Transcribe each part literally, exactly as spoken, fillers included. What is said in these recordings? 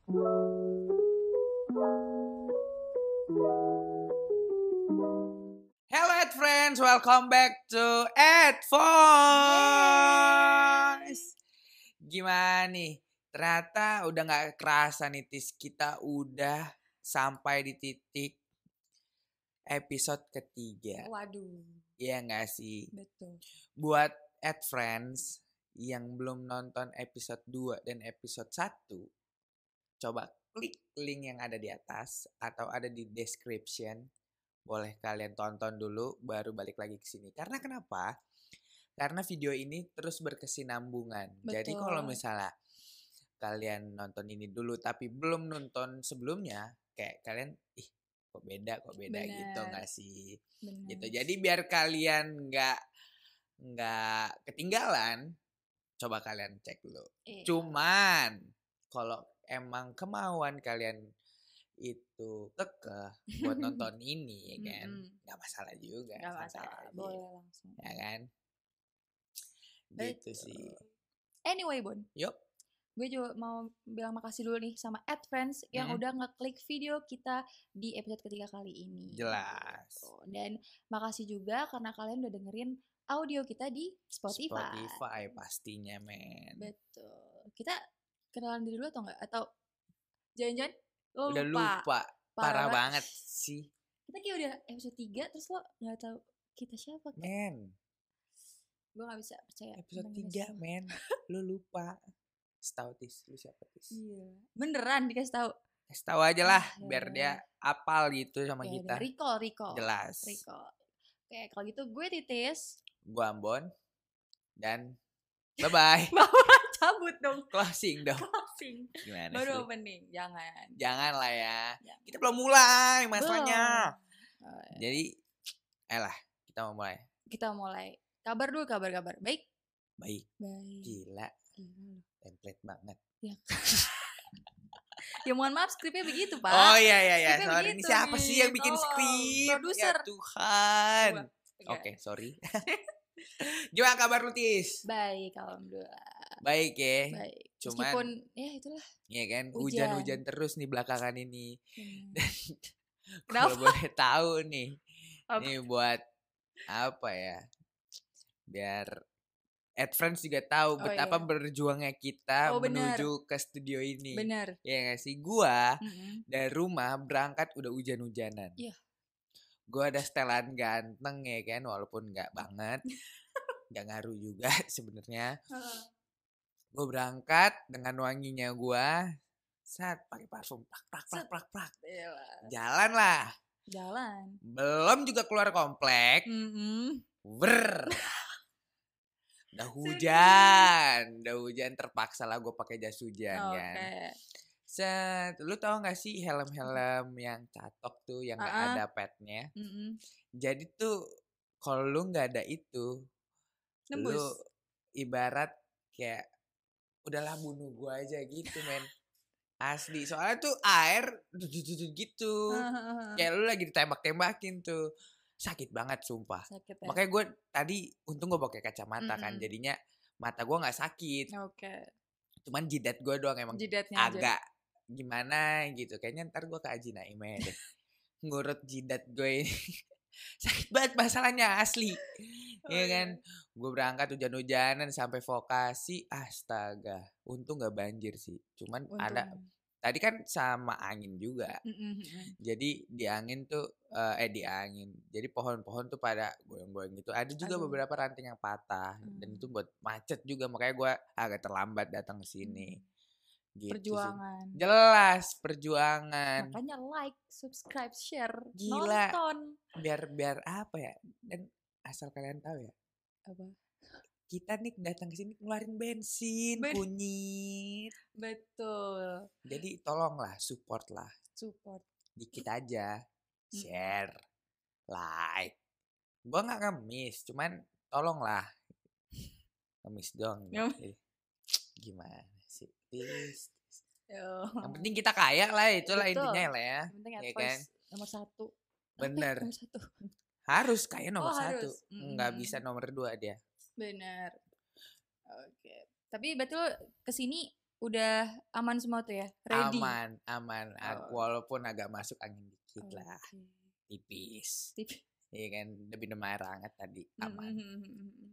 Hello Ed friends, welcome back to Ed Voice. Gimana nih? Ternyata udah gak kerasa nih Tis, kita udah sampai di titik episode ketiga. Waduh. Iya gak sih? Betul. Buat Ed friends yang belum nonton episode dua dan episode satu, coba klik link yang ada di atas atau ada di description. Boleh kalian tonton dulu baru balik lagi ke sini. Karena kenapa? Karena video ini terus berkesinambungan. Betul. Jadi kalau misalnya kalian nonton ini dulu tapi belum nonton sebelumnya, kayak kalian ih kok beda kok beda Bener. gitu nggak sih? Bener. Gitu. Jadi biar kalian nggak nggak ketinggalan, coba kalian cek dulu. Iya. Cuman kalau emang kemauan kalian itu kekeh buat nonton ini ya kan, nggak masalah juga. Nggak masalah, boleh langsung. Ya kan? Gitu Betul. sih. Anyway Bon, Yuk. gue juga mau bilang makasih dulu nih sama Ed Friends yang Hmm. udah ngeklik video kita di episode ketiga kali ini. Jelas. Gitu. Dan makasih juga karena kalian udah dengerin audio kita di Spotify. Spotify pastinya men. Betul. Kita kenalan diri dulu atau enggak? Atau jangan-jangan lo Udah lupa? lupa. Parah, Parah banget sih. Kita kayak udah episode tiga terus lo gak tahu kita siapa kan? Men. Gue gak bisa percaya. Episode tiga men. Lu lupa. Setahu Tis. Lu siapa Tis? Iya. Beneran dikasih tahu. Kasih tahu aja lah. Ah, biar ya. dia apal gitu sama Ya, kita. recall, recall. Jelas. Recall. Oke, kalau gitu gue Titis. Gue Ambon. Dan bye-bye. Bawa cabut dong. Closing dong. Closing. Gimana Baru sih? opening. Jangan. Jangan lah ya. Jangan. Kita belum mulai masalahnya. Belum. Oh, ya. Jadi, eh lah kita mau mulai. Kita mulai. Kabar dulu, kabar-kabar. Baik? Baik. Baik. Gila. Gila. Template banget. Ya. Ya mohon maaf skripnya begitu Pak. Oh iya iya iya. Skripnya Sorry, ini begitu siapa nih, sih yang bikin tolong. skrip? Produser. Ya Tuhan. Dua, tiga. Oke, sorry. Gimana kabar lu Tis? Baik, alhamdulillah. Baik ya. Baik. Cuman, Meskipun ya itulah. Iya kan, Hujan. hujan-hujan terus nih belakangan ini. Hmm. Kalau boleh tahu nih, Apa? nih buat apa ya? Biar Ed Friends juga tahu Oh, betapa iya. berjuangnya kita Oh, benar. menuju ke studio ini. Benar. Ya nggak sih? Gua Mm-mm. dari rumah berangkat udah hujan-hujanan. Iya. Gua ada setelan ganteng ya kan, walaupun nggak banget, nggak ngaruh juga sebenarnya. Gue berangkat dengan wanginya gua, saat pakai parfum, prak prak prak prak prak, Iyalah. jalan lah. Jalan. Belum juga keluar komplek, Mm-mm. ber. Udah hujan, udah hujan terpaksa lah gue pakai jas hujan Oke. kan. Set, lu tau gak sih helm-helm yang catok tuh yang gak Uh-uh. ada padnya? Mm-mm. Jadi tuh kalau lu gak ada itu, Nembus. lu ibarat kayak udahlah bunuh gue aja gitu men. Asli, soalnya tuh air gitu. Uh-huh. Kayak lu lagi ditembak-tembakin tuh. Sakit banget sumpah. Sakit ya. Makanya gue tadi untung gue pakai kacamata kan, Mm-mm. jadinya mata gue nggak sakit. Oke. Cuman jidat gue doang emang Jidatnya aja. agak gimana gitu. Kayaknya ntar gue ke Haji Naim aja deh. Ngurut jidat gue ini. Sakit banget masalahnya asli. Oh, Iya kan. iya. Gue berangkat hujan-hujanan sampai vokasi. Astaga. Untung gak banjir sih. Cuman Untung. ada. Tadi kan sama angin juga. Mm-mm. Jadi di angin tuh eh di angin. Jadi pohon-pohon tuh pada goyang-goyang gitu. Ada juga Aduh. beberapa ranting yang patah Hmm. dan itu buat macet juga. Makanya gue agak terlambat datang ke sini. Gitu Perjuangan. sih. Jelas perjuangan. Makanya like, subscribe, share, Gila. nonton. Biar biar apa ya? Dan asal kalian tahu ya. Apa? Kita nih datang ke sini ngeluarin bensin, Ben- kunyit. Betul. Jadi tolonglah support lah. Support. Dikit aja. Share. Like. Gue gak ngemis. Cuman tolonglah. Ngemis dong. Ngem- Eh, Gimana sih? Tis, tis. Yo. Yang penting kita kaya lah. Itulah Betul. intinya lah ya. Yang penting Ya advice kan? nomor satu. Bener. Apa ya? Nomor satu. Harus kaya nomor Oh, satu. harus. Nggak Mm-mm. bisa nomor dua dia. Bener. Oke. Tapi berarti lo kesini udah aman semua tuh ya? Ready? Aman, aman. Ag- Oh, Walaupun agak masuk angin dikit lah, oke. tipis. Tipis. Iya kan, lebih minum air hangat tadi, Mm, aman. mm, mm, mm, mm.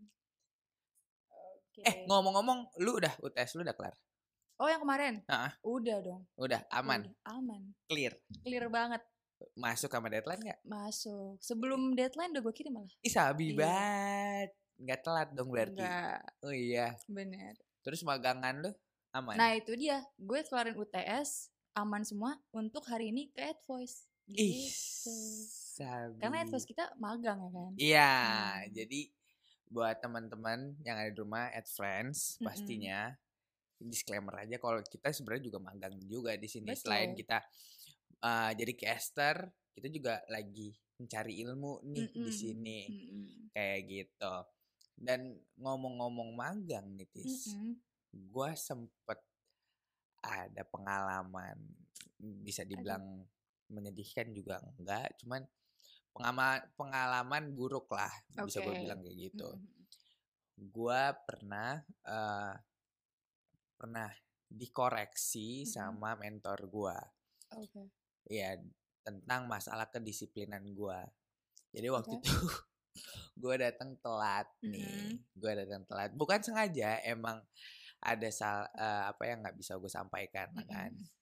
Eh, Oke. ngomong-ngomong, lu udah U T S lu udah kelar? Oh, yang kemarin? Heeh, Udah dong. udah aman, Udah aman. clear. Clear banget. Masuk sama deadline nggak? Masuk. Sebelum deadline udah gue kirim malah. Ih, sabi Iya. banget. Nggak telat dong berarti. Enggak. Oh iya. Bener. Terus magangan lu aman? Nah itu dia. Gue kelarin U T S. Aman semua. Untuk hari ini ke Advoice. Ih, Gitu. sabi. Karena Advoice kita magang ya kan. Iya, Hmm. jadi buat teman-teman yang ada di rumah at friends Mm-mm. pastinya disclaimer aja kalau kita sebenarnya juga magang juga di sini. Betul. Selain kita uh, jadi caster, kita juga lagi mencari ilmu nih di Mm-mm. sini. Mm-mm. Kayak gitu. Dan ngomong-ngomong magang nih Tis, Mm-mm. gue sempet ada pengalaman bisa dibilang menyedihkan juga enggak, cuman pengalaman pengalaman buruk lah bisa gue Oke. bilang kayak gitu. Mm-mm. Gue pernah uh, pernah dikoreksi Mm-mm. sama mentor gue, Oke. ya tentang masalah kedisiplinan gue. Jadi waktu Oke. itu gue datang telat nih, Mm-mm. gue datang telat, bukan sengaja, emang ada sal uh, apa yang nggak bisa gue sampaikan kan. Mm-mm.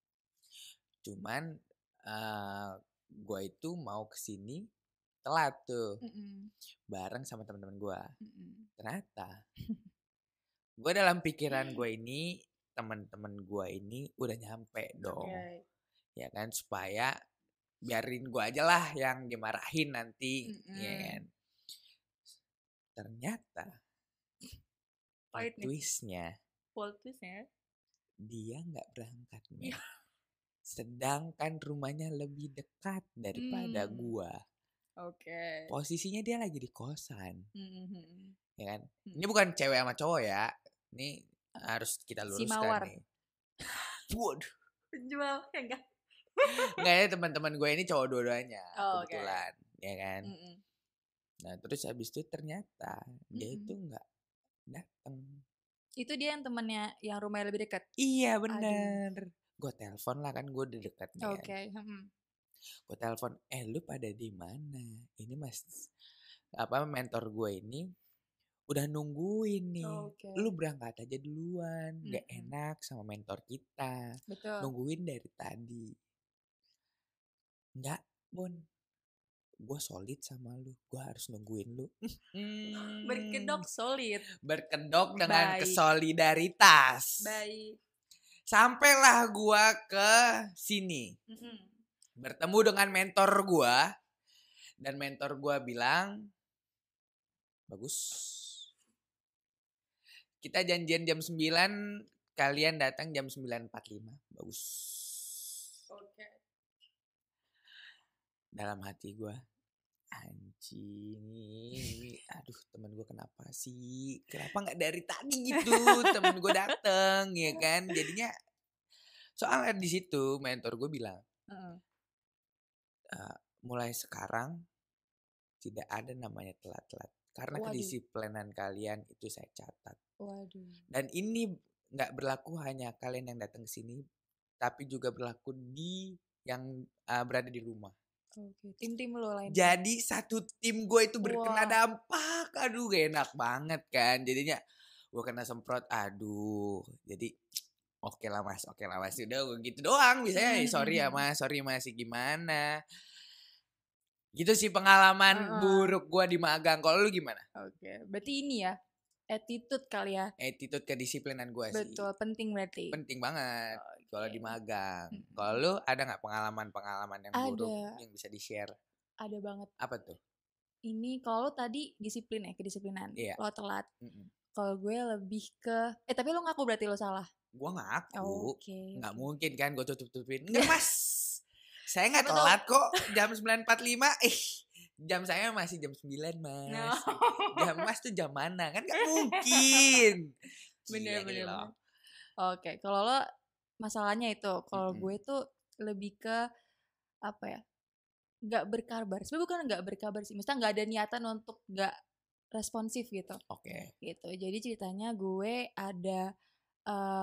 Cuman uh, gue itu mau kesini telat tuh, Mm-mm. bareng sama teman-teman gue. Mm-mm. Ternyata gue dalam pikiran gue ini teman-teman gue ini udah nyampe dong, Oke. ya kan, supaya biarin gue aja lah yang dimarahin nanti, Mm-mm. ya kan. Ternyata Pahit nih. twistnya Plot twistnya. dia nggak berangkat men. Sedangkan rumahnya lebih dekat daripada Hmm. gua. Oke. Posisinya dia lagi di kosan, Mm-mm. ya kan. Hmm. Ini bukan cewek sama cowok ya. Ini harus kita Si luruskan Mawar. nih. Waduh. Penjual ya enggak? Enggak ya, teman-teman gue ini cowok dua-duanya Oh, oke. kebetulan, ya kan. Mm-mm. Nah terus habis itu ternyata dia Mm-mm. itu nggak datang. Itu dia yang temannya yang rumahnya lebih dekat. Iya bener. Gue telepon lah kan, gue udah dekat nih. Oke. Okay. Mm-mm. Gue telepon, eh lu pada di mana? Ini mas apa mentor gue ini udah nungguin nih. Oke. Lu berangkat aja duluan, nggak Mm-mm. enak sama mentor kita. Betul. Nungguin dari tadi. Nggak, Bon. Gue solid sama lu, gue harus nungguin lu. Hmm. Berkedok solid. Berkedok dengan Baik. kesolidaritas. Baik. Sampailah gue ke sini. Mm-mm. Bertemu dengan mentor gue. Dan mentor gue bilang, bagus. Kita janjian jam sembilan, kalian datang jam sembilan empat puluh lima. Bagus. Oke. Dalam hati gue, anjing, aduh temen gue kenapa sih? Kenapa nggak dari tadi gitu? Temen gue dateng, ya kan? Jadinya soalnya di situ mentor gue bilang, Uh-uh. uh, mulai sekarang tidak ada namanya telat-telat. Karena Waduh. kedisiplinan kalian itu saya catat. Waduh. Dan ini nggak berlaku hanya kalian yang datang ke sini, tapi juga berlaku di yang uh, berada di rumah. Oke, tim-tim lo lain. Jadi satu tim gue itu berkena Wah. dampak. Aduh gak enak banget kan. Jadinya gue kena semprot. Aduh. Jadi oke okay lah mas. Oke okay lah mas. Udah gitu doang. Biasanya Mm-hmm. sorry ya mas. Sorry mas. Gimana. Gitu sih pengalaman uh-uh. buruk gue di magang. Kalau lu gimana? Oke. Okay. Berarti ini ya. Attitude kali ya. Attitude kedisiplinan gue sih. Betul. Penting berarti. Penting banget. Okay. Kalau di magang. Mm-hmm. Kalau lu ada gak pengalaman-pengalaman yang ada. buruk yang bisa di-share? Ada banget. Apa tuh? Ini kalau tadi disiplin ya, kedisiplinan. Iya. Lo telat. Mm-mm. Kalau gue lebih ke eh tapi lo ngaku berarti lo salah. Gue ngaku. Oh, oke. Okay, nggak okay. mungkin kan gue tutup-tutupin. Enggak mas. Saya nggak telat kok. Jam sembilan empat puluh lima. Eh jam saya masih jam sembilan mas. No. Jam mas tuh jam mana? Kan gak mungkin. Bener-bener. Oke. Kalau lo masalahnya itu. Kalau mm-hmm. gue tuh lebih ke apa ya? Gak berkabar. Sebenarnya bukan gak berkabar sih. Maksudnya gak ada niatan untuk gak responsif gitu. Oke. Okay. Gitu. Jadi ceritanya gue ada uh,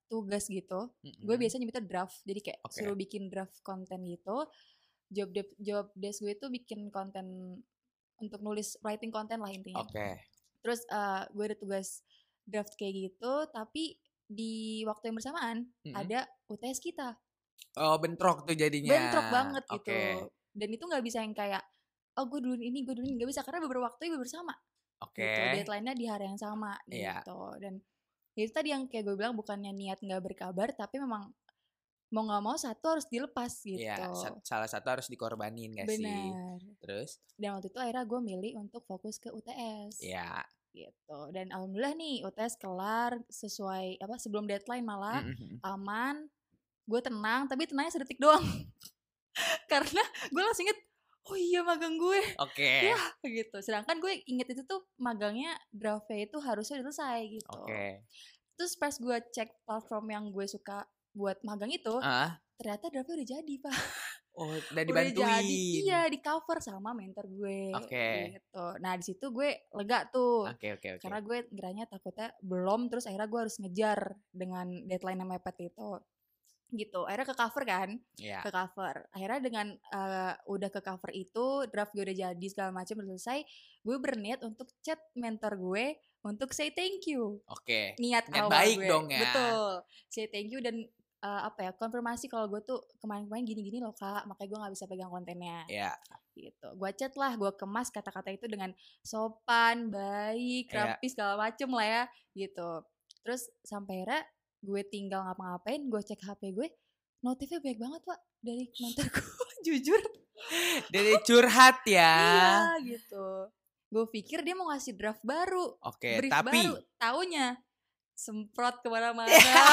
tugas gitu. Mm-mm. Gue biasanya nyebutnya draft. Jadi kayak Oke. suruh bikin draft konten gitu. Job de- job desk gue itu bikin konten untuk nulis writing konten lah intinya. Oke. Terus uh, gue ada tugas draft kayak gitu, tapi di waktu yang bersamaan Mm-mm. ada U T S kita. Oh, bentrok tuh jadinya. Bentrok banget Oke. gitu. Dan itu nggak bisa yang kayak oh gue duluin ini, gue duluin ini, nggak bisa karena beberapa waktunya bersama. Oke. Gitu. Deadline-nya di hari yang sama Iya. gitu. Dan itu tadi yang kayak gue bilang bukannya niat nggak berkabar, tapi memang mau nggak mau satu harus dilepas gitu. Iya, sa- salah satu harus dikorbanin gak sih? Benar. Terus? Dan waktu itu akhirnya gue milih untuk fokus ke U T S. Iya. Gitu. Dan alhamdulillah nih U T S kelar sesuai apa sebelum deadline malah Mm-mm. aman. Gue tenang, tapi tenangnya sedetik doang. Karena gue langsung inget, oh iya magang gue. Oke. Ya gitu. Sedangkan gue inget itu tuh magangnya draftnya itu harusnya udah selesai gitu. Oke. Terus pas gue cek platform yang gue suka buat magang itu, Ah, ternyata draftnya udah jadi pak. oh, udah Udah dibantuin. jadi, iya di cover sama mentor gue. Oke. Gitu. Nah di situ gue lega tuh. Oke, oke, oke. Karena gue ngiranya takutnya belum, terus akhirnya gue harus ngejar dengan deadline yang mepet itu. Gitu. Akhirnya ke cover kan? Iya. Ke cover. Akhirnya dengan uh, udah ke cover itu, draft gue udah jadi segala macam udah selesai, gue berniat untuk chat mentor gue untuk say thank you. Oke. Niat, Niat awal baik gue. dong ya. Betul. Say thank you dan uh, apa ya, konfirmasi kalau gue tuh kemarin-kemarin gini-gini loh kak, makanya gue gak bisa pegang kontennya. Iya. Gitu. Gue chat lah, gue kemas kata-kata itu dengan sopan, baik, Iya. rapi segala macem lah ya. Gitu. Terus sampai akhirnya gue tinggal ngapa-ngapain, gue cek H P gue, notifnya banyak banget pak dari mentor gue, jujur. Dari curhat ya. Iya gitu. Gue pikir dia mau ngasih draft baru, Oke, brief tapi baru. Taunya semprot kemana-mana.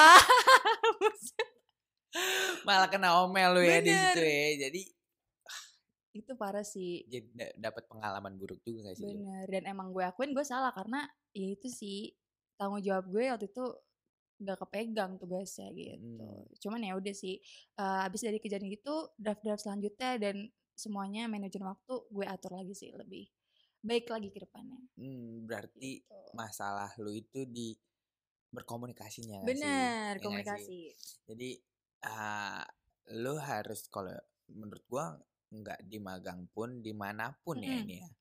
malah kena omel lu ya di Bener. situ ya. Jadi Itu parah sih. jadi da- dapat pengalaman buruk juga gak sih? lu? Bener. Dan emang gue akuin gue salah karena ya itu sih tanggung jawab gue waktu itu nggak kepegang tugasnya gitu. Hmm. Cuman ya udah sih. Uh, abis dari kejadian gitu draft-draft selanjutnya dan semuanya manajemen waktu gue atur lagi sih lebih baik lagi ke depannya. Hmm, berarti Gitu. masalah lu itu di berkomunikasinya gak sih? Bener, Ya gak komunikasi. sih? Jadi uh, lu harus kalau menurut gua nggak di magang pun dimanapun ya Mm-mm. ini ya.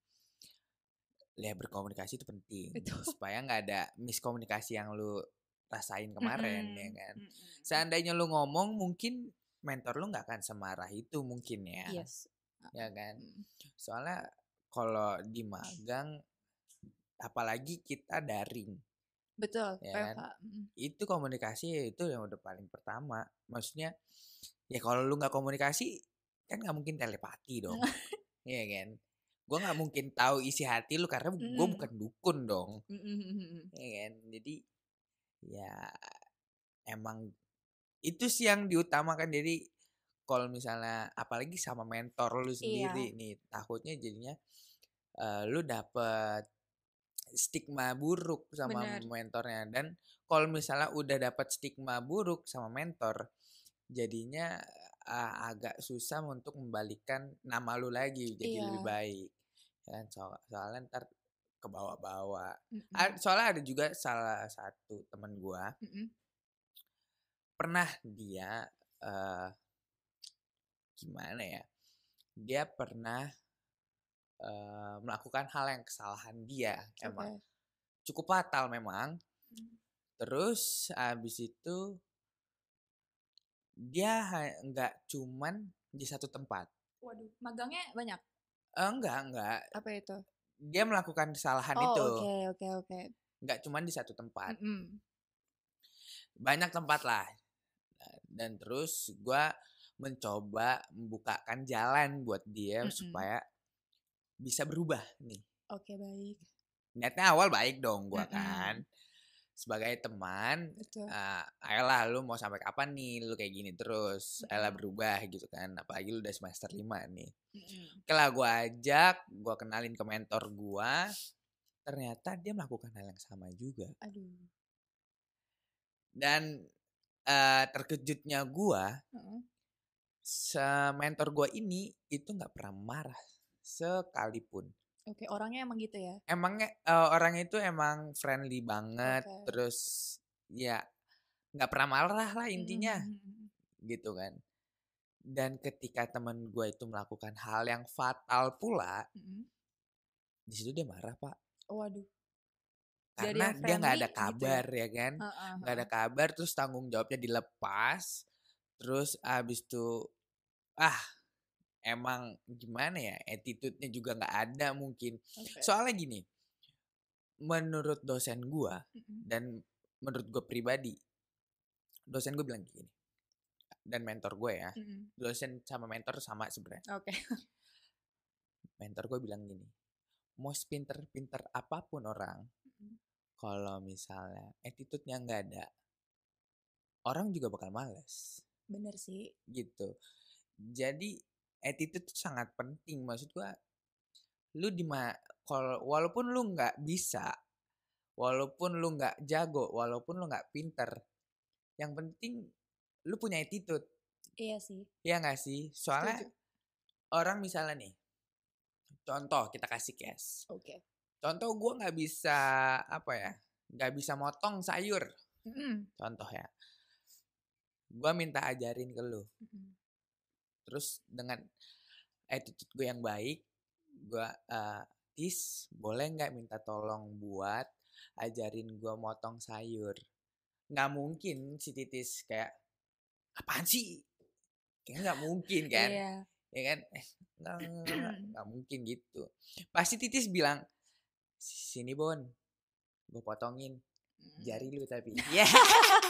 Ya berkomunikasi itu penting Betul. supaya nggak ada miskomunikasi yang lu rasain kemarin Mm-mm. ya kan. Mm-mm. Seandainya lu ngomong mungkin mentor lu nggak akan semarah itu mungkin ya. Yes. Ya kan. Mm. Soalnya kalau di magang apalagi kita daring Betul, ya W F H. kan. Mm. Itu komunikasi itu yang udah paling pertama. Maksudnya ya kalau lu nggak komunikasi kan nggak mungkin telepati dong. Iya kan. Gue nggak mungkin tahu isi hati lu karena gue Mm-mm. bukan dukun dong. Mm-mm. Iya kan. Jadi ya emang itu sih yang diutamakan. Jadi kalau misalnya apalagi sama mentor lu sendiri Iya. nih takutnya jadinya uh, lu dapet stigma buruk sama Bener. mentornya. Dan kalau misalnya udah dapet stigma buruk sama mentor jadinya uh, agak susah untuk membalikan nama lu lagi jadi Iya. lebih baik kan. So, soalnya ntar ke bawah-bawah. Mm-mm. A- soalnya ada juga salah satu teman gua Mm-mm. pernah dia uh, gimana ya, dia pernah uh, melakukan hal yang kesalahan dia emang Okay. cukup fatal memang. Mm. Terus abis itu dia ha- nggak cuman di satu tempat. Waduh, magangnya banyak. Eh, enggak enggak Apa itu? dia melakukan kesalahan Oh, itu oke, oke, oke. nggak cuman di satu tempat, Mm-mm. banyak tempat lah. Dan terus gue mencoba membukakan jalan buat dia Mm-mm. supaya bisa berubah nih. Oke, baik. Niatnya awal baik dong gue Mm-mm. kan sebagai teman. Betul. Uh, ayolah lu mau sampai kapan nih lu kayak gini terus. Ayolah Mm-mm. berubah gitu kan. Apalagi lu udah semester lima nih. Mm-mm. Oke lah gue ajak, gue kenalin ke mentor gue. Ternyata dia melakukan hal yang sama juga. Aduh. Dan uh, terkejutnya gue, Mm-mm. mentor gue ini itu nggak pernah marah sekalipun. Oke, orangnya emang gitu ya? Emangnya uh, orang itu emang friendly banget. Oke. Terus ya nggak pernah marah lah intinya, Mm-mm. gitu kan. Dan ketika teman gue itu melakukan hal yang fatal pula, Mm-mm. di situ dia marah pak. Waduh. Dari Karena yang dia nggak friendly ada gitu ya? kabar ya kan, Heeh, nggak ada heeh. kabar, terus tanggung jawabnya dilepas, terus abis itu ah emang gimana ya, attitude-nya juga nggak ada mungkin. Oke. Soalnya gini, menurut dosen gue Mm-mm. dan menurut gue pribadi, dosen gue bilang gini, dan mentor gue ya, Mm-mm. dosen sama mentor sama sebenarnya. Oke. Mentor gue bilang gini, mau pinter-pinter apapun orang, Mm-mm. kalau misalnya attitude-nya nggak ada, orang juga bakal males. Bener sih. Gitu. Jadi attitude itu sangat penting. Maksud gue, lu di kalau walaupun lu nggak bisa, walaupun lu nggak jago, walaupun lu nggak pinter, yang penting lu punya attitude. Iya sih. Iya nggak sih? Soalnya Setuju. orang misalnya nih, contoh kita kasih case. Oke. Contoh gue nggak bisa apa ya, nggak bisa motong sayur. Mm-mm. Contoh ya, gue minta ajarin ke lu. Mm-mm. Terus dengan attitude gue yang baik, gue uh, Tis boleh nggak minta tolong buat ajarin gue motong sayur. Nggak mungkin si Titis kayak apaan sih, kayak nggak mungkin kan. Iya. Ya kan, eh nggak, nggak, nggak mungkin gitu. Pasti Titis bilang, sini Bon, gue potongin jari lu tapi ya. Yeah.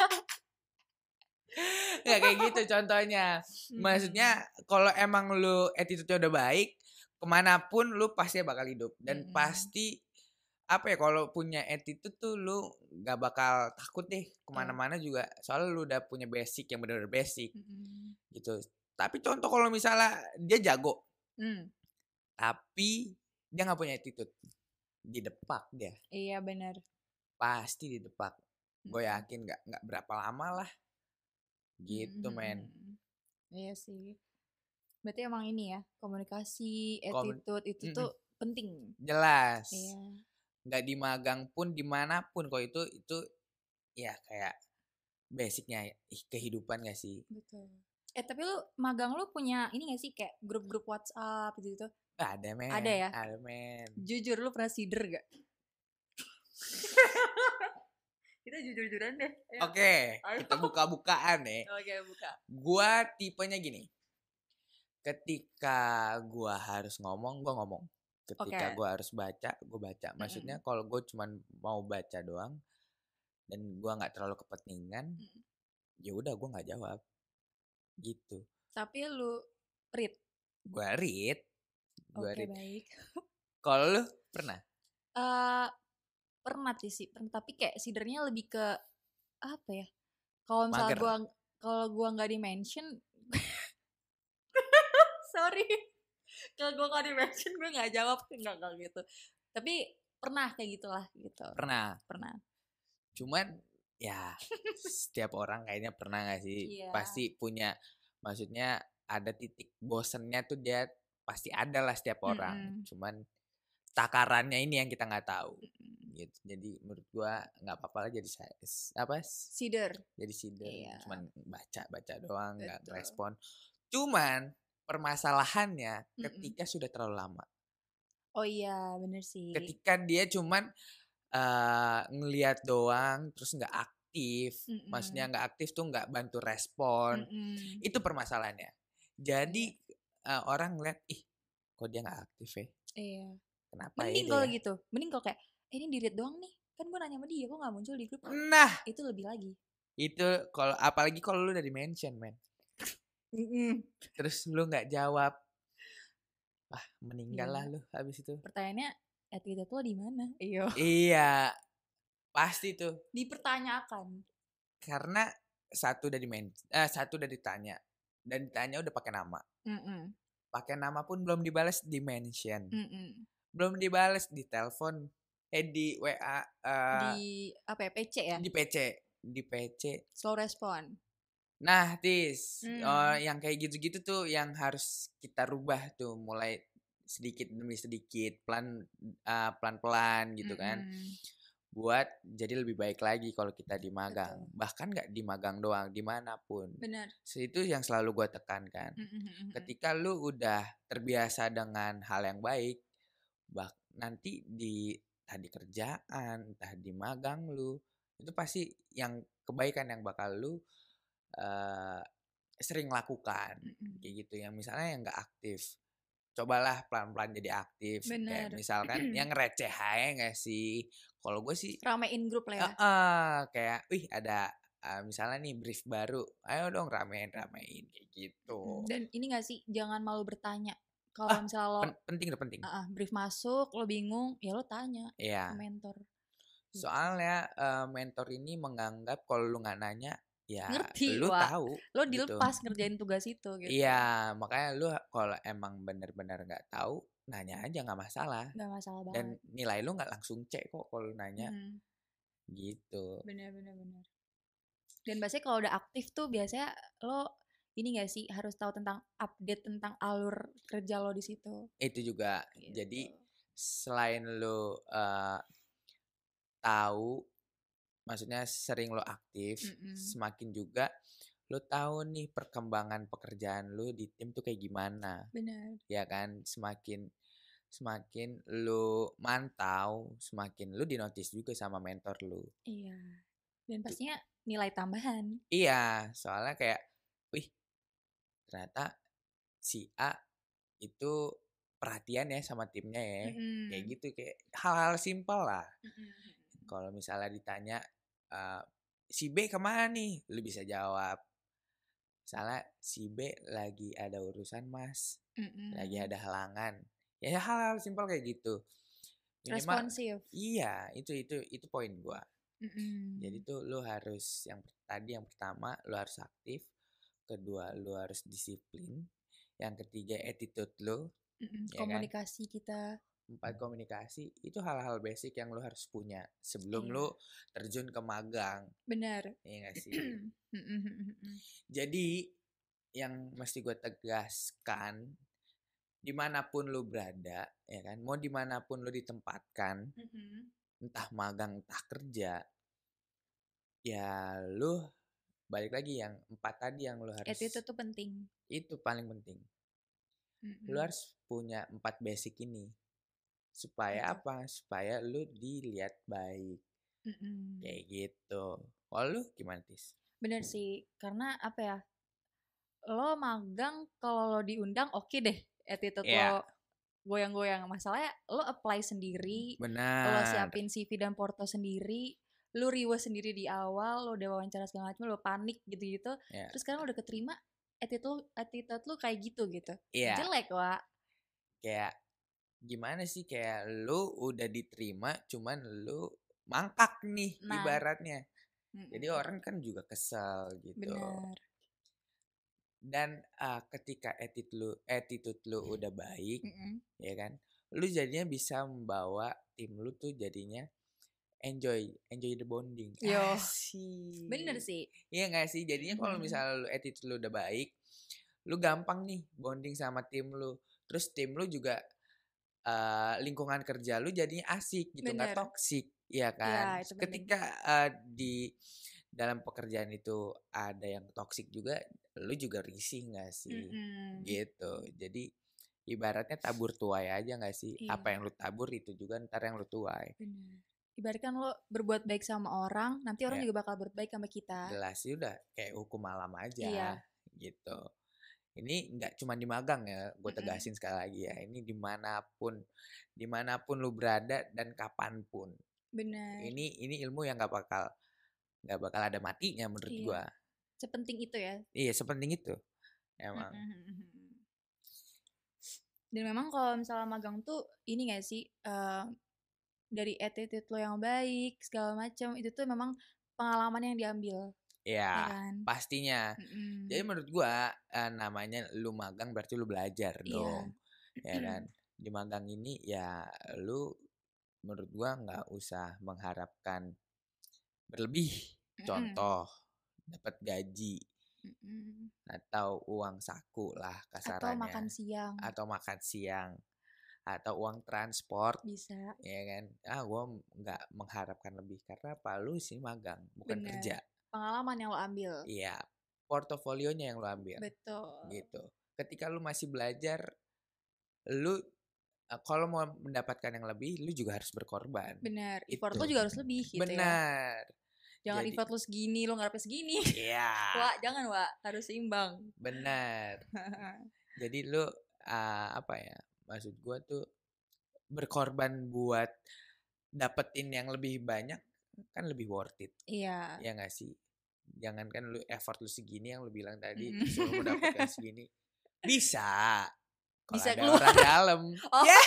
Nggak kayak gitu contohnya. Maksudnya kalau emang lu attitude-nya udah baik, kemanapun lu pasti bakal hidup. Dan Mm-mm. pasti apa ya, kalau punya attitude tuh lu gak bakal takut deh kemana-mana juga. Soalnya lu udah punya basic yang bener-bener basic. Mm-mm. Gitu. Tapi contoh kalau misalnya dia jago, Mm. tapi dia gak punya attitude, didepak dia. Iya benar. Pasti didepak. Gue Mm-mm. yakin gak, gak berapa lama lah. Gitu Mm-mm. men. Iya sih. Berarti emang ini ya, komunikasi, Komun- attitude itu Mm-mm. tuh penting. Jelas. Iya. Nggak di magang pun dimanapun, kalau itu itu ya kayak basicnya ih, kehidupan gak sih? Betul. Eh tapi lu magang lu punya ini gak sih kayak grup-grup WhatsApp gitu-gitu? Ada men. Ada ya? Ada men. Jujur lu pernah sider gak? Kita jujur-jujuran deh. Ayo. Oke, Ayo. kita buka-bukaan nih. Oke, buka. Gua tipenya gini. Ketika gua harus ngomong, gua ngomong. Ketika Oke. gua harus baca, gua baca. Maksudnya Mm-mm. kalau gua cuman mau baca doang dan gua nggak terlalu kepentingan, Mm. ya udah gua nggak jawab. Gitu. Tapi lu read. Gua read. Gua Oke, read. baik. Kalau lu pernah? Uh, pernah sih, pernah, tapi kayak sidernya lebih ke apa ya? Kalau misalnya Mager. gua kalau gua nggak di mention, sorry, kalau gua nggak di mention gue nggak jawab, nggak nggak gitu. Tapi pernah kayak gitulah gitu. Pernah. Pernah. Cuman ya setiap orang kayaknya pernah nggak sih? Iya. Pasti punya, maksudnya ada titik bosennya tuh dia pasti ada lah setiap orang. Mm-mm. Cuman takarannya ini yang kita nggak tahu. Mm-mm. Gitu. Jadi menurut gua nggak apa-apa lah jadi apa? Sider. Jadi sider. Iya. Cuman baca-baca doang, nggak Betul. respon. Cuman permasalahannya Mm-mm. ketika sudah terlalu lama. Oh iya, bener sih. Ketika dia cuman uh, ngelihat doang terus nggak aktif. Mm-mm. Maksudnya nggak aktif tuh nggak bantu respon. Mm-mm. Itu permasalahannya. Jadi iya. uh, orang ngeliat, ih kok dia nggak aktif ya? Iya. Kenapa mending ya kalau dia? gitu, mending kalau kayak eh, ini di-read doang nih, kan gue nanya sama dia kok nggak muncul di grup. Nah itu lebih lagi. Itu kalau apalagi kalau lu udah di mention men. Mm-mm. Terus lu nggak jawab, ah meninggal Iya. lah lu habis itu. Pertanyaannya, attitude lo di mana? Iya. Iya, pasti tuh. Dipertanyakan. Karena satu udah di men, eh, satu udah ditanya dan ditanya udah pakai nama. Mm-mm. Pakai nama pun belum dibales di mention. Mm-mm. Belum dibales di telepon, eh di W A, uh, di apa ya, P C ya? Di P C, di P C. Slow respon. Nah, Tis, Mm. oh, yang kayak gitu-gitu tuh yang harus kita rubah tuh, mulai sedikit demi sedikit, pelan uh, pelan-pelan gitu kan. Mm-mm. buat jadi lebih baik lagi kalau kita di magang. Betul. Bahkan nggak di magang doang, dimanapun. Benar. Itu yang selalu gue tekankan. Mm-mm. Ketika lu udah terbiasa dengan hal yang baik, bah nanti di entah di kerjaan, entah di magang lu, itu pasti yang kebaikan yang bakal lu uh, sering lakukan. Mm-mm. Kayak gitu. Yang misalnya yang nggak aktif, cobalah pelan-pelan jadi aktif. Kayak Bener. misalkan yang receh aja gak sih? Kalau gue sih Ramein grup lah ya. uh, uh, kayak wih ada uh, misalnya nih brief baru, ayo dong ramein ramein kayak gitu. Dan ini gak sih, jangan malu bertanya. Kalau Ah, misalnya lo pen- penting udah penting. uh, brief masuk, lo bingung, ya lo tanya Iya. ke mentor. Soalnya uh, mentor ini menganggap kalau lu nggak nanya, ya ngerti, lu Wak. tahu. Lo gitu. dilepas ngerjain tugas itu gitu. Iya, makanya lu kalau emang bener-bener nggak tahu, nanya aja nggak masalah. Nggak masalah banget. Dan nilai lu nggak langsung cek kok kalau lu nanya. Hmm. Gitu. Bener-bener bener. Dan biasanya kalau udah aktif tuh biasanya lo ini gak sih harus tahu tentang update tentang alur kerja lo di situ. Itu juga. Gitu. Jadi selain lo uh, tahu, maksudnya sering lo aktif, Mm-mm. semakin juga lo tahu nih perkembangan pekerjaan lo di tim tuh kayak gimana. Benar. Ya kan, semakin semakin lo mantau, semakin lo dinotis juga sama mentor lo. Iya. Dan pastinya nilai tambahan. Iya, soalnya kayak, wih, ternyata si A itu perhatian ya sama timnya ya. Mm-hmm. Kayak gitu, kayak hal-hal simpel lah. Mm-hmm. Kalau misalnya ditanya, uh, si B kemana nih? Lu bisa jawab. Misalnya si B lagi ada urusan mas. Mm-hmm. Lagi ada halangan. Ya hal-hal simpel kayak gitu. Minimal, responsif. Iya, itu itu itu poin gua. Mm-hmm. Jadi tuh lu harus yang tadi yang pertama lu harus aktif, kedua lu harus disiplin, yang ketiga attitude lu, mm-hmm. ya komunikasi kan? Kita. Empat komunikasi itu hal-hal basic yang lu harus punya sebelum iya. lu terjun ke magang. Benar. Iya gak sih? Jadi yang mesti gue tegaskan, dimanapun lu berada, ya kan, mau dimanapun lu ditempatkan, mm-hmm. entah magang entah kerja, ya lu balik lagi yang empat tadi yang lu harus. Itu tuh penting. Itu paling penting. Mm-hmm. Lu harus punya empat basic ini supaya Betul. Apa? Supaya lu dilihat baik. Mm-hmm. Kayak gitu. Kalau lu gimana, Tis? Bener sih, karena apa ya? Lo magang kalau lo diundang oke okay deh, attitude yeah. lo goyang-goyang. Masalahnya lo apply sendiri, Benar. Lo siapin C V dan porto sendiri, lo request sendiri di awal, lo udah wawancara segala macam, lo panik gitu-gitu. Yeah. Terus sekarang udah keterima, attitude attitude lo kayak gitu gitu. Yeah. Jelek, Wak. Kayak gimana sih, kayak lu udah diterima cuman lu mangkak nih nah. ibaratnya. Mm-mm. Jadi orang kan juga kesel gitu. Benar. Dan uh, ketika attitude lu attitude lu udah baik, Mm-mm. ya kan, lu jadinya bisa membawa tim lu tuh jadinya enjoy enjoy the bonding. Yo. Asik. Bener sih. Iya nggak sih, jadinya kalau misalnya lu attitude lu udah baik, lu gampang nih bonding sama tim lu. Terus tim lu juga uh, lingkungan kerja lu jadinya asik gitu, nggak toksik, ya kan. Ya, ketika uh, di dalam pekerjaan itu ada yang toksik juga, lu juga risih nggak sih, mm-hmm. gitu. Jadi ibaratnya tabur tuai aja nggak sih, iya. Apa yang lu tabur itu juga ntar yang lu tuai. Bener. Ibaratkan lo berbuat baik sama orang, nanti orang ya. juga bakal berbuat baik sama kita. Jelas sih, udah kayak hukum alam aja, iya. gitu. Ini nggak cuma di magang ya, gue tegasin mm-hmm. sekali lagi ya. Ini dimanapun, dimanapun lu berada dan kapanpun. Benar. Ini ini ilmu yang nggak bakal nggak bakal ada matinya menurut iya. gue. Sepenting itu ya. Iya, sepenting itu. Emang. Dan memang kalau misalnya magang tuh ini gak sih, uh, dari attitude lo yang baik segala macam, itu tuh memang pengalaman yang diambil. Iya, ya kan? Pastinya. Mm-mm. Jadi menurut gue uh, namanya lu magang berarti lu belajar dong. Iya. Ya kan. Di magang ini ya lu menurut gue nggak usah mengharapkan berlebih. Mm-mm. Contoh dapat gaji. Mm-mm. Atau uang saku lah kasarannya. Atau makan siang. Atau makan siang. atau uang transport, bisa. ya kan? Ah, gue nggak mengharapkan lebih karena apa, lu sih magang, bukan Bener. kerja. Pengalaman yang lo ambil. Iya, portofolionya yang lo ambil. Betul. Gitu. Ketika lu masih belajar, lu uh, kalau mau mendapatkan yang lebih, lu juga harus berkorban. Bener. Itu. Effort lo juga harus lebih gitu ya. Benar. Jangan Jadi, effort lu segini, lo ngarepnya segini. Iya. Wah, jangan, Wak. Harus seimbang. Benar. Jadi lu uh, apa ya? Maksud gue tuh berkorban buat dapetin yang lebih banyak kan lebih worth it. Iya. Ya nggak sih? Jangan kan lu effort lu segini yang lu bilang tadi, Mm. terus lu mau dapatkan segini. Bisa. Kalau Bisa ada keluar. orang dalam. Oh. Ya.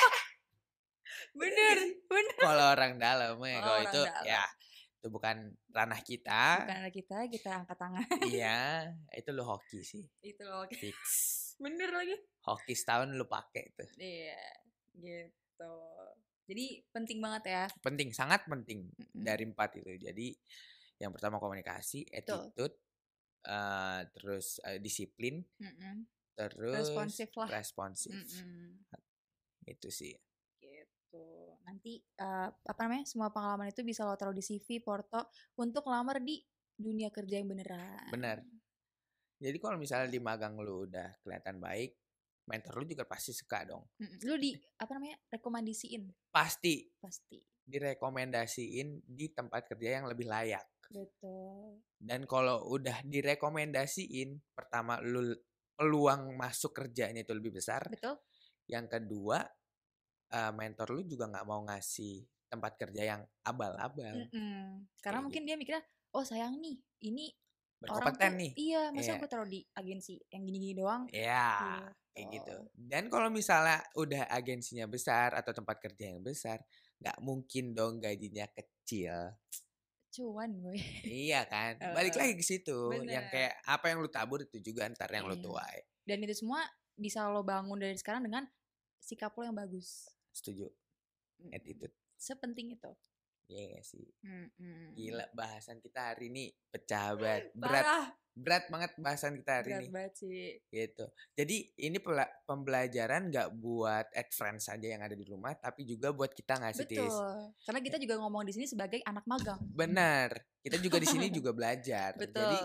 Bener, bener. Kalau orang dalam ya, Oh, kalau orang itu dalam. ya itu bukan ranah kita. Bukan ranah kita, kita angkat tangan. Iya, itu lu hoki sih. Itu loh. Fix. Bener lagi. Hoki setahun lu pakai tuh. Iya, gitu. Jadi penting banget ya. Penting, sangat penting Mm-mm. dari empat itu. Jadi yang pertama komunikasi, attitude, uh, terus uh, disiplin, Mm-mm. terus Responsif lah. responsif. Mm-mm. Itu sih. Gitu. Nanti uh, apa namanya? Semua pengalaman itu bisa lo taruh di C V, porto untuk ngelamar di dunia kerja yang beneran. Benar. Jadi kalau misalnya di magang lu udah kelihatan baik, mentor lu juga pasti suka dong. Mm-mm. Lu di apa namanya? Rekomendasiin. Pasti. Pasti. Direkomendasiin di tempat kerja yang lebih layak. Betul. Dan kalau udah direkomendasiin, pertama lu peluang masuk kerjanya itu lebih besar. Betul. Yang kedua, uh, mentor lu juga nggak mau ngasih tempat kerja yang abal-abal. Mm-mm. Karena Kayak mungkin gitu. dia mikirnya, oh sayang nih, ini berkompeten tuh, nih. Iya, masa Iya. gue taruh di agensi yang gini-gini doang. Iya, Gitu. kayak gitu. Dan kalau misalnya udah agensinya besar atau tempat kerja yang besar, nggak mungkin dong gajinya kecil. Cuan gue. Iya kan, balik lagi ke situ. Bener. Yang kayak apa yang lu tabur itu juga ntar yang lu Iya. tuai. Dan itu semua bisa lo bangun dari sekarang dengan sikap lo yang bagus. Setuju. Mm. Attitude. Sepenting itu. Iya gak sih. Mm-mm. Gila bahasan kita hari ini pecah banget. Berat. Parah. Berat banget bahasan kita hari Berat ini. banget sih. Gitu. Jadi ini pela- pembelajaran gak buat at friends aja yang ada di rumah, tapi juga buat kita ngasih Betul. tis. Karena kita juga ngomong di sini sebagai anak magang. Benar. Kita juga di sini juga belajar. Betul. Jadi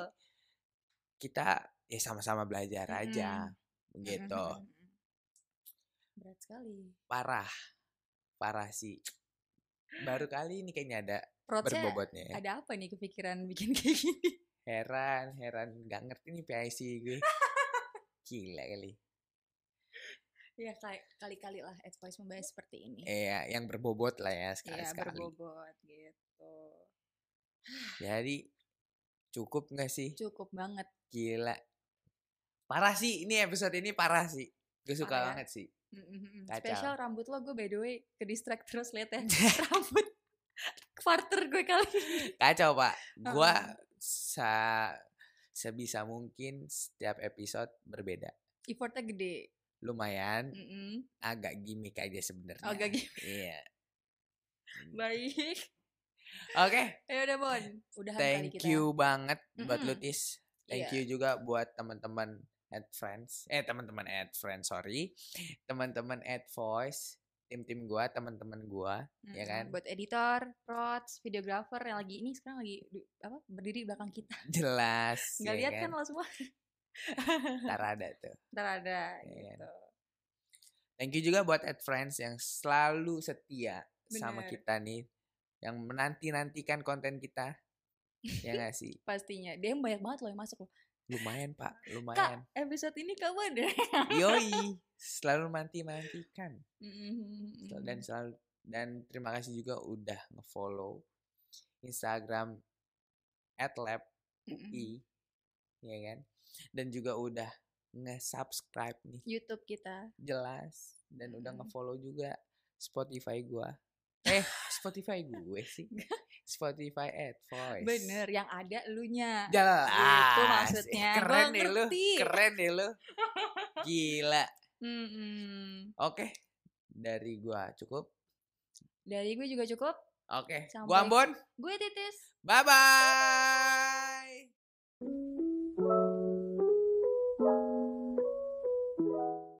kita ya sama-sama belajar Mm-mm. aja. Gitu. Mm-mm. Berat sekali. Parah. Parah sih. Baru kali ini kayaknya ada Perutnya berbobotnya ya. ada apa nih kepikiran bikin kayak gini? Heran, heran. Gak ngerti nih P I C gue. Gila kali. Ya kayak kali-kali lah advice membahas seperti ini. Iya, yang berbobot lah ya Iya, sekali-sekali. berbobot gitu. Jadi cukup gak sih? Cukup banget. Gila. Parah sih, ini episode ini parah sih. Gue suka Parah ya? banget sih. Mm-mm. Kacau. Spesial rambut lo, gue by the way ke distract terus liat ya. Rambut quarter gue kali ini. Kacau pak. Gue Uh-uh. sa sebisa mungkin setiap episode berbeda. Effortnya gede. Lumayan. Mm-mm. Agak gimmick aja sebenarnya. Agak gimmick. Iya. Baik. Oke. Okay. Ya udah Bon. Udahan Thank kali kita. you banget buat Mm-mm. Lutis. Thank Iya. you juga buat teman-teman at friends. Eh teman-teman at friends sorry. Teman-teman at voice. Tim-tim gua, teman-teman gua, Mm-mm. ya kan? Buat editor, prods, videographer yang lagi ini sekarang lagi du- apa berdiri di belakang kita. Jelas. Nggak ya lihat kan? kan lo semua. Ntar ada tuh. Ntar ada Ya gitu. Thank you juga buat at friends yang selalu setia sama Bener. kita nih. Yang menanti-nantikan konten kita. Ya gak sih? Pastinya. Dia banyak banget loh yang masuk loh. Lumayan pak, Kak, lumayan. episode ini kapan deh? Yoi, selalu menanti-nantikan. Mm-mm. Dan selalu dan terima kasih juga udah nge-follow Instagram at lab U I, ya kan? Dan juga udah nge-subscribe nih. YouTube kita. Jelas. Dan udah Mm. nge-follow juga Spotify gua. Eh, Spotify gue sih. Spotify at voice. Bener, yang ada elunya. Jelas. Itu maksudnya. Keren Gua nih lu. ngerti. Keren nih lu. Gila. Mm-mm. Oke. Dari gua cukup. Dari gue juga cukup. Oke. Sampai- Gua Ambon. Gue Titis. Bye bye.